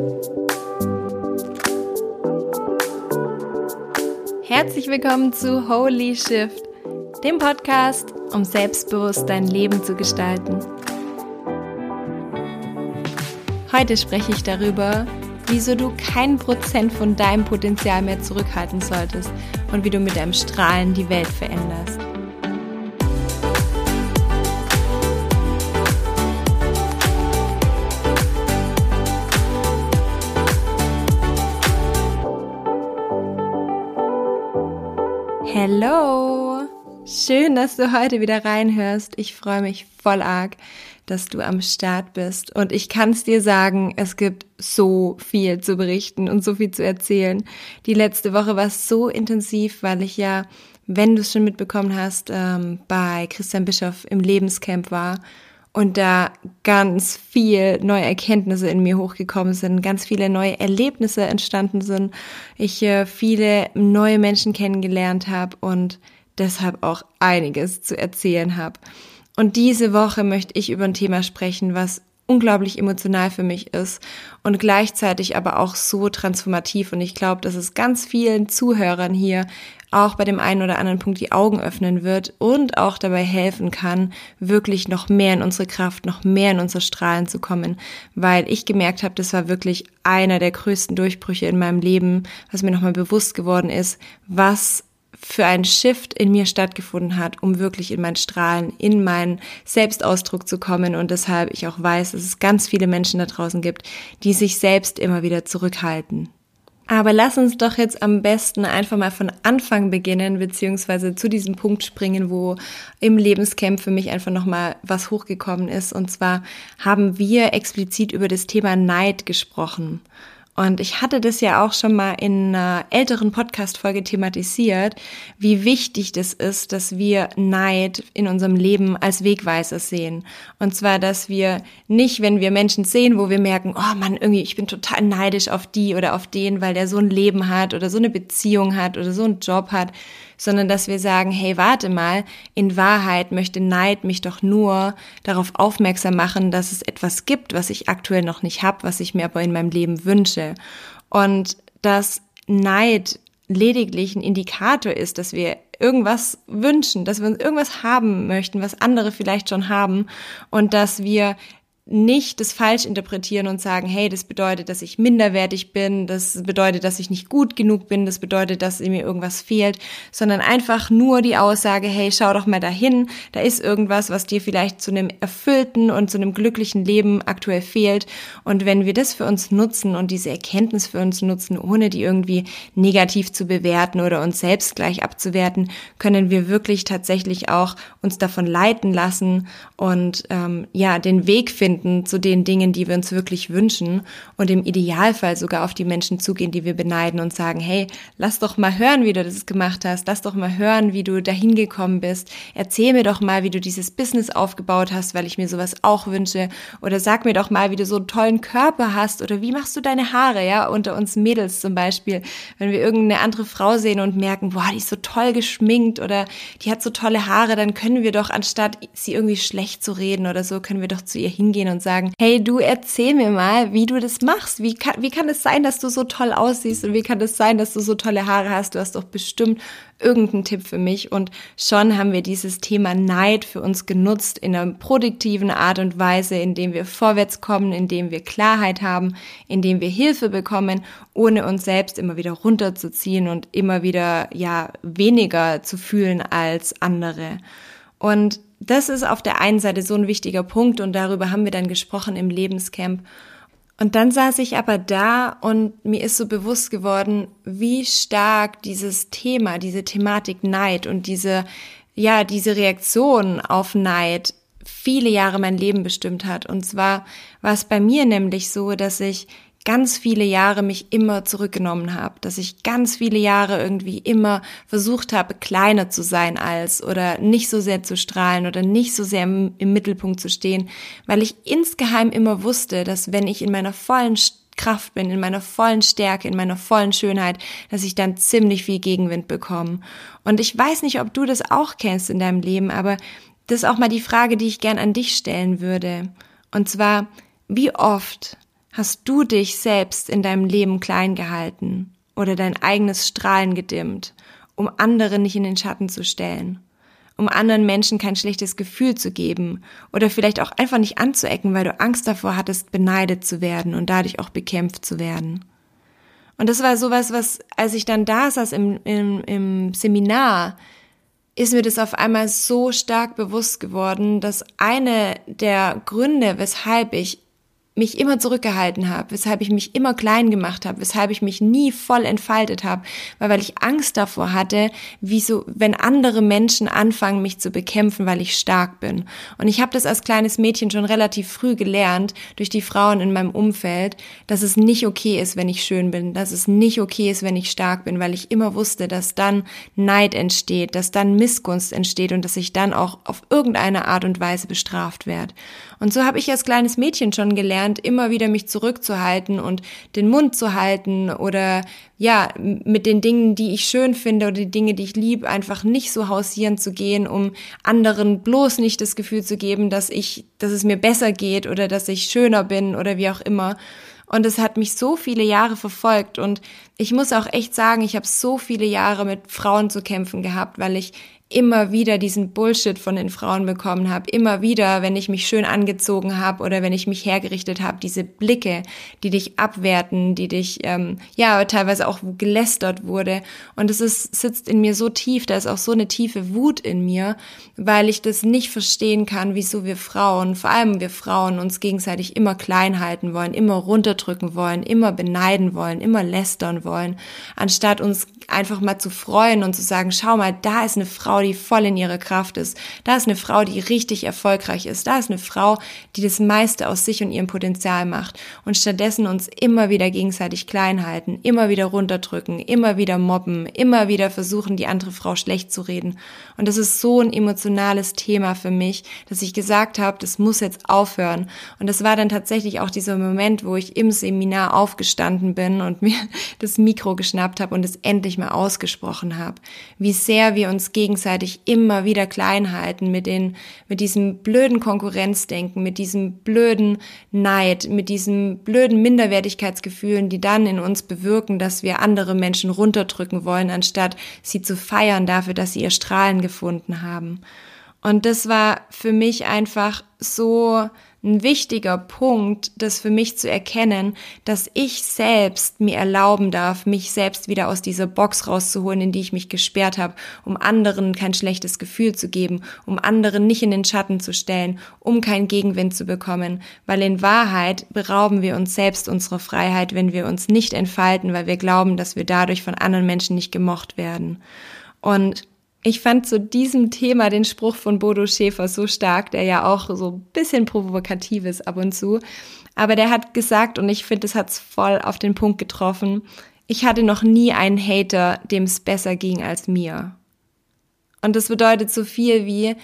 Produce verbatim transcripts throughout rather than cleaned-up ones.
Herzlich willkommen zu Holy Shift, dem Podcast, um selbstbewusst dein Leben zu gestalten. Heute spreche ich darüber, wieso du kein Prozent von deinem Potenzial mehr zurückhalten solltest und wie du mit deinem Strahlen die Welt veränderst. Hallo! Schön, dass du heute wieder reinhörst. Ich freue mich voll arg, dass du am Start bist. Und ich kann es dir sagen, es gibt so viel zu berichten und so viel zu erzählen. Die letzte Woche war so intensiv, weil ich ja, wenn du es schon mitbekommen hast, ähm, bei Christian Bischoff im Lebenscamp war und da ganz viel neue Erkenntnisse in mir hochgekommen sind, ganz viele neue Erlebnisse entstanden sind, ich äh, viele neue Menschen kennengelernt habe und deshalb auch einiges zu erzählen habe. Und diese Woche möchte ich über ein Thema sprechen, was unglaublich emotional für mich ist und gleichzeitig aber auch so transformativ. Und ich glaube, dass es ganz vielen Zuhörern hier auch bei dem einen oder anderen Punkt die Augen öffnen wird und auch dabei helfen kann, wirklich noch mehr in unsere Kraft, noch mehr in unser Strahlen zu kommen. Weil ich gemerkt habe, das war wirklich einer der größten Durchbrüche in meinem Leben, was mir nochmal bewusst geworden ist, was für einen Shift in mir stattgefunden hat, um wirklich in mein Strahlen, in meinen Selbstausdruck zu kommen und deshalb ich auch weiß, dass es ganz viele Menschen da draußen gibt, die sich selbst immer wieder zurückhalten. Aber lass uns doch jetzt am besten einfach mal von Anfang beginnen, beziehungsweise zu diesem Punkt springen, wo im Lebenscamp für mich einfach nochmal was hochgekommen ist. Und zwar haben wir explizit über das Thema Neid gesprochen. Und ich hatte das ja auch schon mal in einer älteren Podcast-Folge thematisiert, wie wichtig das ist, dass wir Neid in unserem Leben als Wegweiser sehen. Und zwar, dass wir nicht, wenn wir Menschen sehen, wo wir merken, oh Mann, irgendwie, ich bin total neidisch auf die oder auf den, weil der so ein Leben hat oder so eine Beziehung hat oder so einen Job hat, sondern dass wir sagen, hey, warte mal, in Wahrheit möchte Neid mich doch nur darauf aufmerksam machen, dass es etwas gibt, was ich aktuell noch nicht habe, was ich mir aber in meinem Leben wünsche. Und dass Neid lediglich ein Indikator ist, dass wir irgendwas wünschen, dass wir uns irgendwas haben möchten, was andere vielleicht schon haben und dass wir nicht das falsch interpretieren und sagen, hey, das bedeutet, dass ich minderwertig bin, das bedeutet, dass ich nicht gut genug bin, das bedeutet, dass mir irgendwas fehlt, sondern einfach nur die Aussage, hey, schau doch mal dahin, da ist irgendwas, was dir vielleicht zu einem erfüllten und zu einem glücklichen Leben aktuell fehlt. Und wenn wir das für uns nutzen und diese Erkenntnis für uns nutzen, ohne die irgendwie negativ zu bewerten oder uns selbst gleich abzuwerten, können wir wirklich tatsächlich auch uns davon leiten lassen und ähm, ja, den Weg finden, zu den Dingen, die wir uns wirklich wünschen und im Idealfall sogar auf die Menschen zugehen, die wir beneiden und sagen, hey, lass doch mal hören, wie du das gemacht hast, lass doch mal hören, wie du dahin gekommen bist, erzähl mir doch mal, wie du dieses Business aufgebaut hast, weil ich mir sowas auch wünsche oder sag mir doch mal, wie du so einen tollen Körper hast oder wie machst du deine Haare, ja, unter uns Mädels zum Beispiel, wenn wir irgendeine andere Frau sehen und merken, boah, die ist so toll geschminkt oder die hat so tolle Haare, dann können wir doch, anstatt sie irgendwie schlecht zu reden oder so, können wir doch zu ihr hingehen und sagen, hey, du erzähl mir mal, wie du das machst. Wie kann, wie kann es sein, dass du so toll aussiehst und wie kann es sein, dass du so tolle Haare hast? Du hast doch bestimmt irgendeinen Tipp für mich. Und schon haben wir dieses Thema Neid für uns genutzt in einer produktiven Art und Weise, indem wir vorwärts kommen, indem wir Klarheit haben, indem wir Hilfe bekommen, ohne uns selbst immer wieder runterzuziehen und immer wieder, ja, weniger zu fühlen als andere. Und das ist auf der einen Seite so ein wichtiger Punkt und darüber haben wir dann gesprochen im Lebenscamp. Und dann saß ich aber da und mir ist so bewusst geworden, wie stark dieses Thema, diese Thematik Neid und diese, ja, diese Reaktion auf Neid viele Jahre mein Leben bestimmt hat. Und zwar war es bei mir nämlich so, dass ich ganz viele Jahre mich immer zurückgenommen habe, dass ich ganz viele Jahre irgendwie immer versucht habe, kleiner zu sein als oder nicht so sehr zu strahlen oder nicht so sehr im, im Mittelpunkt zu stehen, weil ich insgeheim immer wusste, dass wenn ich in meiner vollen Kraft bin, in meiner vollen Stärke, in meiner vollen Schönheit, dass ich dann ziemlich viel Gegenwind bekomme. Und ich weiß nicht, ob du das auch kennst in deinem Leben, aber das ist auch mal die Frage, die ich gern an dich stellen würde. Und zwar, wie oft Hast du dich selbst in deinem Leben klein gehalten oder dein eigenes Strahlen gedimmt, um andere nicht in den Schatten zu stellen, um anderen Menschen kein schlechtes Gefühl zu geben oder vielleicht auch einfach nicht anzuecken, weil du Angst davor hattest, beneidet zu werden und dadurch auch bekämpft zu werden? Und das war sowas, was, als ich dann da saß im, im, im Seminar, ist mir das auf einmal so stark bewusst geworden, dass eine der Gründe, weshalb ich mich immer zurückgehalten habe, weshalb ich mich immer klein gemacht habe, weshalb ich mich nie voll entfaltet habe, weil weil ich Angst davor hatte, wie so, wenn andere Menschen anfangen, mich zu bekämpfen, weil ich stark bin. Und ich habe das als kleines Mädchen schon relativ früh gelernt, durch die Frauen in meinem Umfeld, dass es nicht okay ist, wenn ich schön bin, dass es nicht okay ist, wenn ich stark bin, weil ich immer wusste, dass dann Neid entsteht, dass dann Missgunst entsteht und dass ich dann auch auf irgendeine Art und Weise bestraft werde. Und so habe ich als kleines Mädchen schon gelernt, immer wieder mich zurückzuhalten und den Mund zu halten oder ja, mit den Dingen, die ich schön finde oder die Dinge, die ich liebe, einfach nicht so hausieren zu gehen, um anderen bloß nicht das Gefühl zu geben, dass ich, dass es mir besser geht oder dass ich schöner bin oder wie auch immer. Und es hat mich so viele Jahre verfolgt und ich muss auch echt sagen, ich habe so viele Jahre mit Frauen zu kämpfen gehabt, weil ich immer wieder diesen Bullshit von den Frauen bekommen habe, immer wieder, wenn ich mich schön angezogen habe oder wenn ich mich hergerichtet habe, diese Blicke, die dich abwerten, die dich, ähm, ja, teilweise auch gelästert wurde und es ist, sitzt in mir so tief, da ist auch so eine tiefe Wut in mir, weil ich das nicht verstehen kann, wieso wir Frauen, vor allem wir Frauen, uns gegenseitig immer klein halten wollen, immer runterdrücken wollen, immer beneiden wollen, immer lästern wollen, anstatt uns einfach mal zu freuen und zu sagen, schau mal, da ist eine Frau, die voll in ihrer Kraft ist. Da ist eine Frau, die richtig erfolgreich ist. Da ist eine Frau, die das meiste aus sich und ihrem Potenzial macht. Und stattdessen uns immer wieder gegenseitig klein halten, immer wieder runterdrücken, immer wieder mobben, immer wieder versuchen, die andere Frau schlecht zu reden. Und das ist so ein emotionales Thema für mich, dass ich gesagt habe, das muss jetzt aufhören. Und das war dann tatsächlich auch dieser Moment, wo ich im Seminar aufgestanden bin und mir das Mikro geschnappt habe und es endlich mal ausgesprochen habe. Wie sehr wir uns gegenseitig immer wieder klein halten mit den, mit diesem blöden Konkurrenzdenken, mit diesem blöden Neid, mit diesen blöden Minderwertigkeitsgefühlen, die dann in uns bewirken, dass wir andere Menschen runterdrücken wollen, anstatt sie zu feiern dafür, dass sie ihr Strahlen gefunden haben. Und das war für mich einfach so ein wichtiger Punkt, das für mich zu erkennen, dass ich selbst mir erlauben darf, mich selbst wieder aus dieser Box rauszuholen, in die ich mich gesperrt habe, um anderen kein schlechtes Gefühl zu geben, um anderen nicht in den Schatten zu stellen, um keinen Gegenwind zu bekommen, weil in Wahrheit berauben wir uns selbst unserer Freiheit, wenn wir uns nicht entfalten, weil wir glauben, dass wir dadurch von anderen Menschen nicht gemocht werden. Und ich fand zu diesem Thema den Spruch von Bodo Schäfer so stark, der ja auch so ein bisschen provokativ ist ab und zu. Aber der hat gesagt, und ich finde, das hat's voll auf den Punkt getroffen, ich hatte noch nie einen Hater, dem es besser ging als mir. Und das bedeutet so viel wie,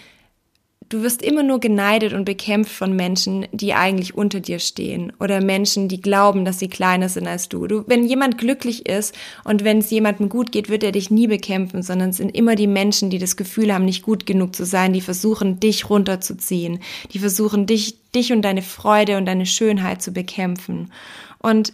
du wirst immer nur geneidet und bekämpft von Menschen, die eigentlich unter dir stehen oder Menschen, die glauben, dass sie kleiner sind als du. du. Wenn jemand glücklich ist und wenn es jemandem gut geht, wird er dich nie bekämpfen, sondern es sind immer die Menschen, die das Gefühl haben, nicht gut genug zu sein, die versuchen, dich runterzuziehen, die versuchen, dich, dich und deine Freude und deine Schönheit zu bekämpfen. Und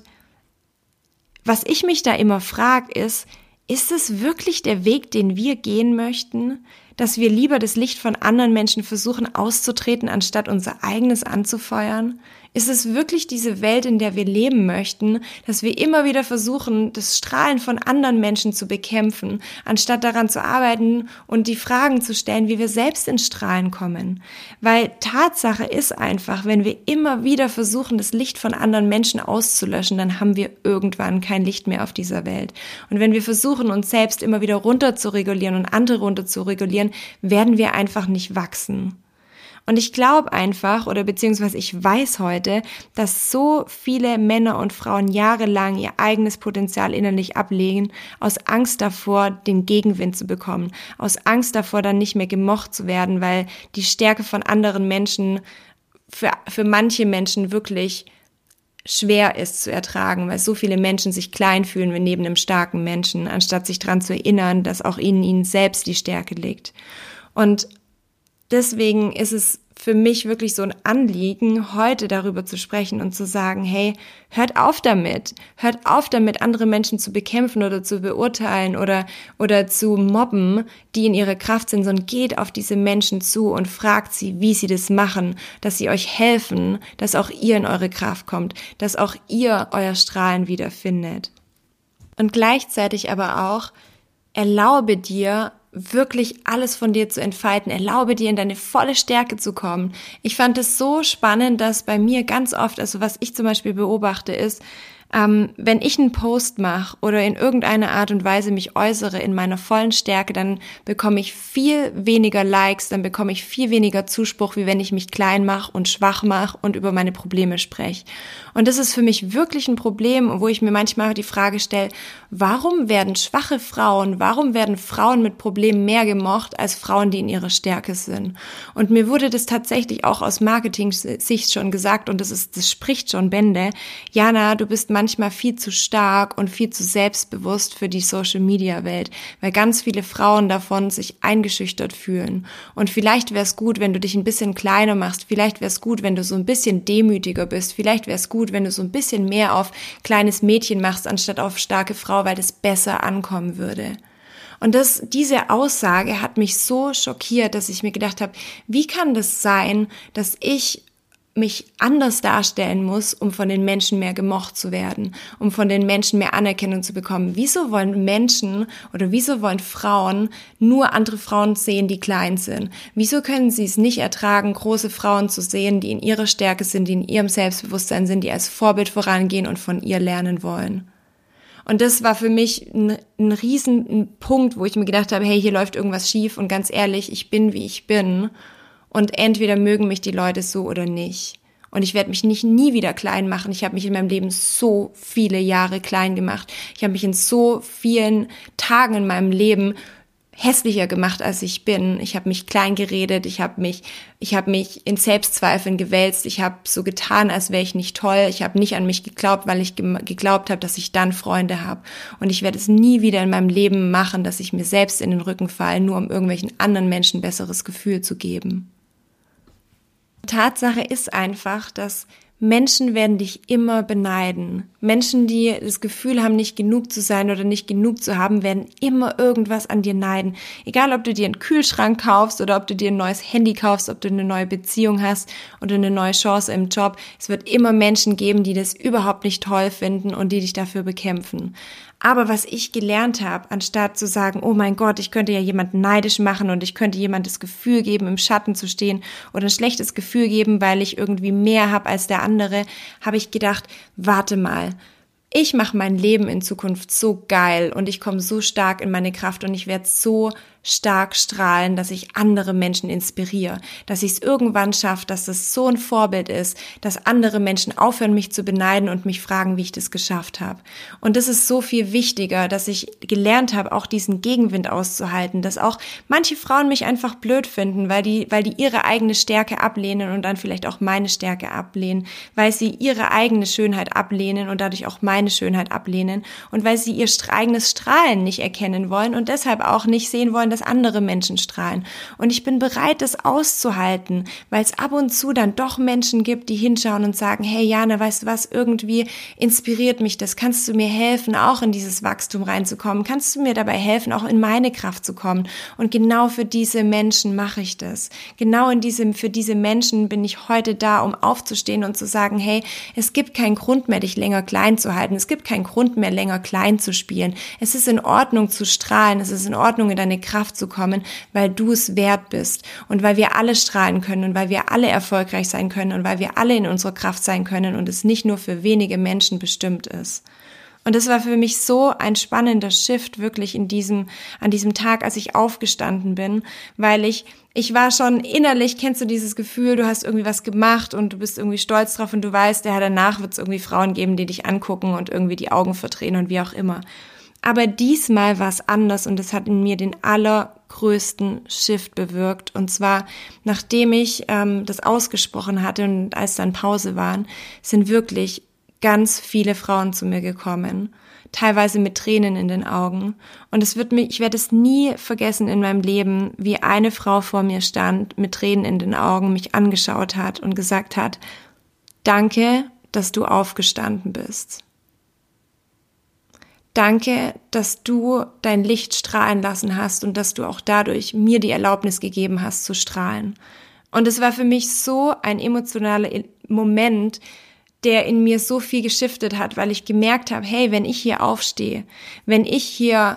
was ich mich da immer frage, ist, ist es wirklich der Weg, den wir gehen möchten, dass wir lieber das Licht von anderen Menschen versuchen auszutreten, anstatt unser eigenes anzufeuern? Ist es wirklich diese Welt, in der wir leben möchten, dass wir immer wieder versuchen, das Strahlen von anderen Menschen zu bekämpfen, anstatt daran zu arbeiten und die Fragen zu stellen, wie wir selbst ins Strahlen kommen? Weil Tatsache ist einfach, wenn wir immer wieder versuchen, das Licht von anderen Menschen auszulöschen, dann haben wir irgendwann kein Licht mehr auf dieser Welt. Und wenn wir versuchen, uns selbst immer wieder runter zu regulieren und andere runter zu regulieren, werden wir einfach nicht wachsen. Und ich glaube einfach, oder beziehungsweise ich weiß heute, dass so viele Männer und Frauen jahrelang ihr eigenes Potenzial innerlich ablegen, aus Angst davor, den Gegenwind zu bekommen, aus Angst davor, dann nicht mehr gemocht zu werden, weil die Stärke von anderen Menschen für, für manche Menschen wirklich schwer ist zu ertragen, weil so viele Menschen sich klein fühlen wie neben einem starken Menschen, anstatt sich daran zu erinnern, dass auch in ihnen selbst die Stärke liegt. Und deswegen ist es für mich wirklich so ein Anliegen, heute darüber zu sprechen und zu sagen, hey, hört auf damit, hört auf damit, andere Menschen zu bekämpfen oder zu beurteilen oder, oder zu mobben, die in ihrer Kraft sind, sondern geht auf diese Menschen zu und fragt sie, wie sie das machen, dass sie euch helfen, dass auch ihr in eure Kraft kommt, dass auch ihr euer Strahlen wiederfindet. Und gleichzeitig aber auch, erlaube dir, wirklich alles von dir zu entfalten, erlaube dir in deine volle Stärke zu kommen. Ich fand es so spannend, dass bei mir ganz oft, also was ich zum Beispiel beobachte ist, ähm, wenn ich einen Post mache oder in irgendeiner Art und Weise mich äußere in meiner vollen Stärke, dann bekomme ich viel weniger Likes, dann bekomme ich viel weniger Zuspruch, wie wenn ich mich klein mache und schwach mache und über meine Probleme spreche. Und das ist für mich wirklich ein Problem, wo ich mir manchmal die Frage stelle, warum werden schwache Frauen, warum werden Frauen mit Problemen mehr gemocht als Frauen, die in ihrer Stärke sind? Und mir wurde das tatsächlich auch aus Marketing-Sicht schon gesagt und das ist, das spricht schon Bände. Jana, du bist manchmal viel zu stark und viel zu selbstbewusst für die Social-Media-Welt, weil ganz viele Frauen davon sich eingeschüchtert fühlen. Und vielleicht wäre es gut, wenn du dich ein bisschen kleiner machst, vielleicht wäre es gut, wenn du so ein bisschen demütiger bist, vielleicht wäre es gut, wenn du so ein bisschen mehr auf kleines Mädchen machst, anstatt auf starke Frau, weil das besser ankommen würde. Und das, diese Aussage hat mich so schockiert, dass ich mir gedacht habe, wie kann das sein, dass ich mich anders darstellen muss, um von den Menschen mehr gemocht zu werden, um von den Menschen mehr Anerkennung zu bekommen. Wieso wollen Menschen oder wieso wollen Frauen nur andere Frauen sehen, die klein sind? Wieso können sie es nicht ertragen, große Frauen zu sehen, die in ihrer Stärke sind, die in ihrem Selbstbewusstsein sind, die als Vorbild vorangehen und von ihr lernen wollen? Und das war für mich ein, ein riesen Punkt, wo ich mir gedacht habe, hey, hier läuft irgendwas schief und ganz ehrlich, ich bin, wie ich bin. Und entweder mögen mich die Leute so oder nicht. Und ich werde mich nicht nie wieder klein machen. Ich habe mich in meinem Leben so viele Jahre klein gemacht. Ich habe mich in so vielen Tagen in meinem Leben hässlicher gemacht, als ich bin. Ich habe mich klein geredet. Ich habe mich, ich habe mich in Selbstzweifeln gewälzt. Ich habe so getan, als wäre ich nicht toll. Ich habe nicht an mich geglaubt, weil ich ge- geglaubt habe, dass ich dann Freunde habe. Und ich werde es nie wieder in meinem Leben machen, dass ich mir selbst in den Rücken falle, nur um irgendwelchen anderen Menschen ein besseres Gefühl zu geben. Tatsache ist einfach, dass Menschen werden dich immer beneiden. Menschen, die das Gefühl haben, nicht genug zu sein oder nicht genug zu haben, werden immer irgendwas an dir neiden. Egal, ob du dir einen Kühlschrank kaufst oder ob du dir ein neues Handy kaufst, ob du eine neue Beziehung hast oder eine neue Chance im Job. Es wird immer Menschen geben, die das überhaupt nicht toll finden und die dich dafür bekämpfen. Aber was ich gelernt habe, anstatt zu sagen, oh mein Gott, ich könnte ja jemanden neidisch machen und ich könnte jemand das Gefühl geben, im Schatten zu stehen oder ein schlechtes Gefühl geben, weil ich irgendwie mehr habe als der andere, habe ich gedacht, warte mal, ich mache mein Leben in Zukunft so geil und ich komme so stark in meine Kraft und ich werde so stark strahlen, dass ich andere Menschen inspiriere, dass ich es irgendwann schaffe, dass das so ein Vorbild ist, dass andere Menschen aufhören, mich zu beneiden und mich fragen, wie ich das geschafft habe. Und das ist so viel wichtiger, dass ich gelernt habe, auch diesen Gegenwind auszuhalten, dass auch manche Frauen mich einfach blöd finden, weil die, weil die ihre eigene Stärke ablehnen und dann vielleicht auch meine Stärke ablehnen, weil sie ihre eigene Schönheit ablehnen und dadurch auch meine Schönheit ablehnen und weil sie ihr eigenes Strahlen nicht erkennen wollen und deshalb auch nicht sehen wollen, dass andere Menschen strahlen. Und ich bin bereit, das auszuhalten, weil es ab und zu dann doch Menschen gibt, die hinschauen und sagen, hey Jana, weißt du was, irgendwie inspiriert mich das. Kannst du mir helfen, auch in dieses Wachstum reinzukommen? Kannst du mir dabei helfen, auch in meine Kraft zu kommen? Und genau für diese Menschen mache ich das. Genau in diesem, für diese Menschen bin ich heute da, um aufzustehen und zu sagen, hey, es gibt keinen Grund mehr, dich länger klein zu halten. Es gibt keinen Grund mehr, länger klein zu spielen. Es ist in Ordnung zu strahlen. Es ist in Ordnung, in deine Kraft zu kommen, weil du es wert bist und weil wir alle strahlen können und weil wir alle erfolgreich sein können und weil wir alle in unserer Kraft sein können und es nicht nur für wenige Menschen bestimmt ist. Und das war für mich so ein spannender Shift wirklich in diesem, an diesem Tag, als ich aufgestanden bin, weil ich, ich war schon innerlich, kennst du dieses Gefühl, du hast irgendwie was gemacht und du bist irgendwie stolz drauf und du weißt, ja, danach wird es irgendwie Frauen geben, die dich angucken und irgendwie die Augen verdrehen und wie auch immer. Aber diesmal war es anders und es hat in mir den allergrößten Shift bewirkt. Und zwar, nachdem ich ähm, das ausgesprochen hatte und als dann Pause waren, sind wirklich ganz viele Frauen zu mir gekommen, teilweise mit Tränen in den Augen. Und es wird mich, ich werde es nie vergessen in meinem Leben, wie eine Frau vor mir stand, mit Tränen in den Augen, mich angeschaut hat und gesagt hat, danke, dass du aufgestanden bist. Danke, dass du dein Licht strahlen lassen hast und dass du auch dadurch mir die Erlaubnis gegeben hast zu strahlen. Und es war für mich so ein emotionaler Moment, der in mir so viel geschiftet hat, weil ich gemerkt habe, hey, wenn ich hier aufstehe, wenn ich hier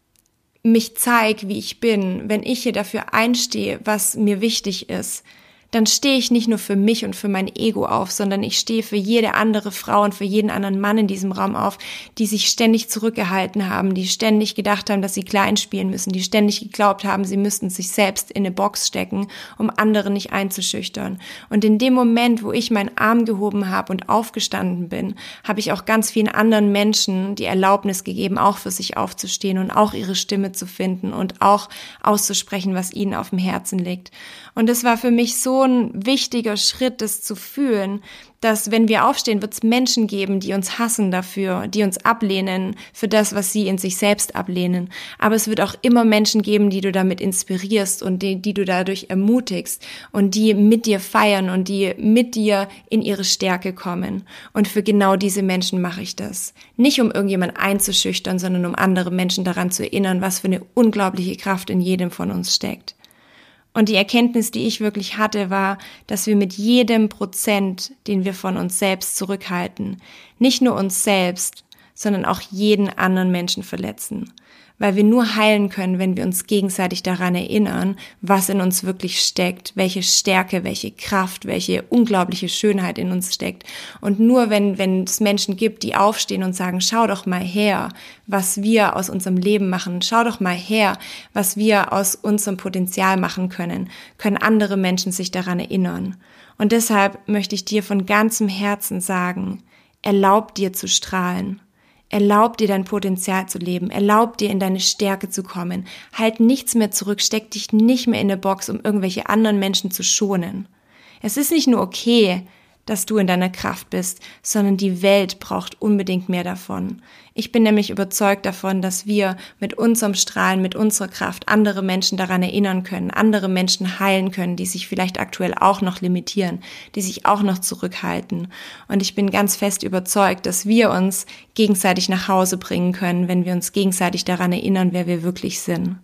mich zeige, wie ich bin, wenn ich hier dafür einstehe, was mir wichtig ist, dann stehe ich nicht nur für mich und für mein Ego auf, sondern ich stehe für jede andere Frau und für jeden anderen Mann in diesem Raum auf, die sich ständig zurückgehalten haben, die ständig gedacht haben, dass sie klein spielen müssen, die ständig geglaubt haben, sie müssten sich selbst in eine Box stecken, um andere nicht einzuschüchtern. Und in dem Moment, wo ich meinen Arm gehoben habe und aufgestanden bin, habe ich auch ganz vielen anderen Menschen die Erlaubnis gegeben, auch für sich aufzustehen und auch ihre Stimme zu finden und auch auszusprechen, was ihnen auf dem Herzen liegt. Und es war für mich so ein wichtiger Schritt, das zu fühlen, dass wenn wir aufstehen, wird es Menschen geben, die uns hassen dafür, die uns ablehnen für das, was sie in sich selbst ablehnen. Aber es wird auch immer Menschen geben, die du damit inspirierst und die, die du dadurch ermutigst und die mit dir feiern und die mit dir in ihre Stärke kommen. Und für genau diese Menschen mache ich das. Nicht um irgendjemand einzuschüchtern, sondern um andere Menschen daran zu erinnern, was für eine unglaubliche Kraft in jedem von uns steckt. Und die Erkenntnis, die ich wirklich hatte, war, dass wir mit jedem Prozent, den wir von uns selbst zurückhalten, nicht nur uns selbst, sondern auch jeden anderen Menschen verletzen. Weil wir nur heilen können, wenn wir uns gegenseitig daran erinnern, was in uns wirklich steckt, welche Stärke, welche Kraft, welche unglaubliche Schönheit in uns steckt. Und nur wenn, wenn es Menschen gibt, die aufstehen und sagen, schau doch mal her, was wir aus unserem Leben machen, schau doch mal her, was wir aus unserem Potenzial machen können, können andere Menschen sich daran erinnern. Und deshalb möchte ich dir von ganzem Herzen sagen, erlaub dir zu strahlen. Erlaub dir dein Potenzial zu leben, erlaub dir in deine Stärke zu kommen, halt nichts mehr zurück, steck dich nicht mehr in eine Box, um irgendwelche anderen Menschen zu schonen. Es ist nicht nur okay, dass du in deiner Kraft bist, sondern die Welt braucht unbedingt mehr davon. Ich bin nämlich überzeugt davon, dass wir mit unserem Strahlen, mit unserer Kraft andere Menschen daran erinnern können, andere Menschen heilen können, die sich vielleicht aktuell auch noch limitieren, die sich auch noch zurückhalten. Und ich bin ganz fest überzeugt, dass wir uns gegenseitig nach Hause bringen können, wenn wir uns gegenseitig daran erinnern, wer wir wirklich sind.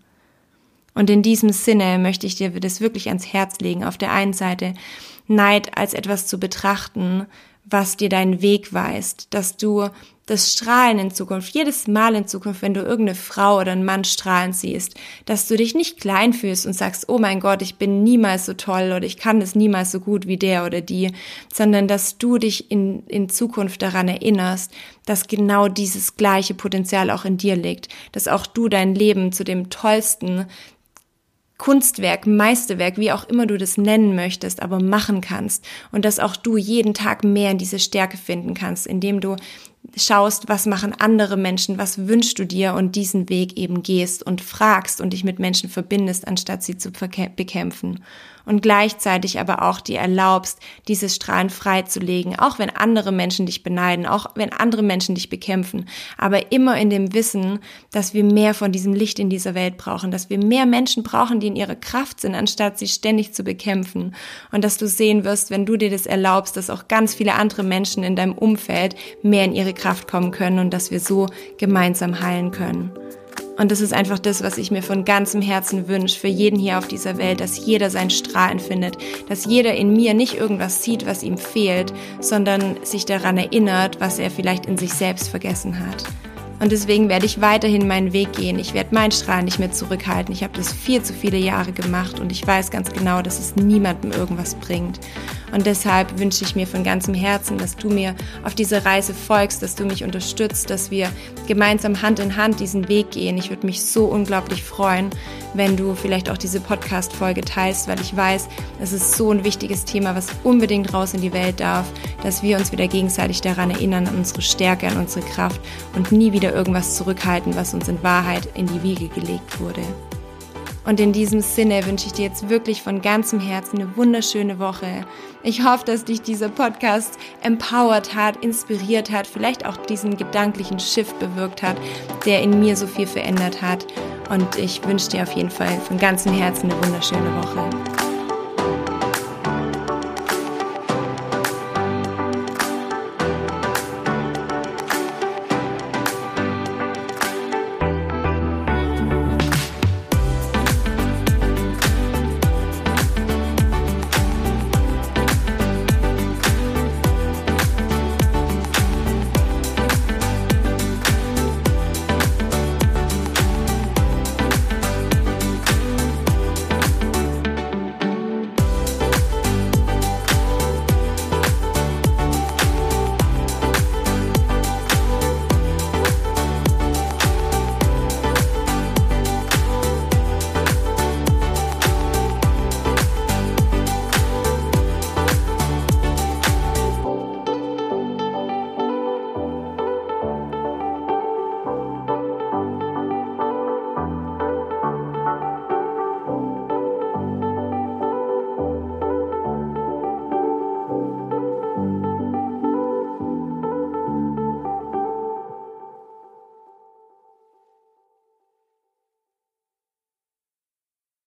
Und in diesem Sinne möchte ich dir das wirklich ans Herz legen. Auf der einen Seite Neid als etwas zu betrachten, was dir deinen Weg weist, dass du das Strahlen in Zukunft, jedes Mal in Zukunft, wenn du irgendeine Frau oder einen Mann strahlen siehst, dass du dich nicht klein fühlst und sagst, oh mein Gott, ich bin niemals so toll oder ich kann das niemals so gut wie der oder die, sondern dass du dich in, in Zukunft daran erinnerst, dass genau dieses gleiche Potenzial auch in dir liegt, dass auch du dein Leben zu dem tollsten Kunstwerk, Meisterwerk, wie auch immer du das nennen möchtest, aber machen kannst und dass auch du jeden Tag mehr in diese Stärke finden kannst, indem du schaust, was machen andere Menschen, was wünschst du dir und diesen Weg eben gehst und fragst und dich mit Menschen verbindest, anstatt sie zu bekämpfen. Und gleichzeitig aber auch dir erlaubst, dieses Strahlen freizulegen, auch wenn andere Menschen dich beneiden, auch wenn andere Menschen dich bekämpfen, aber immer in dem Wissen, dass wir mehr von diesem Licht in dieser Welt brauchen, dass wir mehr Menschen brauchen, die in ihrer Kraft sind, anstatt sie ständig zu bekämpfen. Und dass du sehen wirst, wenn du dir das erlaubst, dass auch ganz viele andere Menschen in deinem Umfeld mehr in ihre Kraft kommen können und dass wir so gemeinsam heilen können. Und das ist einfach das, was ich mir von ganzem Herzen wünsche für jeden hier auf dieser Welt, dass jeder sein Strahlen findet, dass jeder in mir nicht irgendwas sieht, was ihm fehlt, sondern sich daran erinnert, was er vielleicht in sich selbst vergessen hat. Und deswegen werde ich weiterhin meinen Weg gehen. Ich werde mein Strahlen nicht mehr zurückhalten. Ich habe das viel zu viele Jahre gemacht und ich weiß ganz genau, dass es niemandem irgendwas bringt. Und deshalb wünsche ich mir von ganzem Herzen, dass du mir auf diese Reise folgst, dass du mich unterstützt, dass wir gemeinsam Hand in Hand diesen Weg gehen. Ich würde mich so unglaublich freuen, wenn du vielleicht auch diese Podcast-Folge teilst, weil ich weiß, es ist so ein wichtiges Thema, was unbedingt raus in die Welt darf, dass wir uns wieder gegenseitig daran erinnern, an unsere Stärke, an unsere Kraft und nie wieder irgendwas zurückhalten, was uns in Wahrheit in die Wiege gelegt wurde. Und in diesem Sinne wünsche ich dir jetzt wirklich von ganzem Herzen eine wunderschöne Woche. Ich hoffe, dass dich dieser Podcast empowert hat, inspiriert hat, vielleicht auch diesen gedanklichen Shift bewirkt hat, der in mir so viel verändert hat. Und ich wünsche dir auf jeden Fall von ganzem Herzen eine wunderschöne Woche.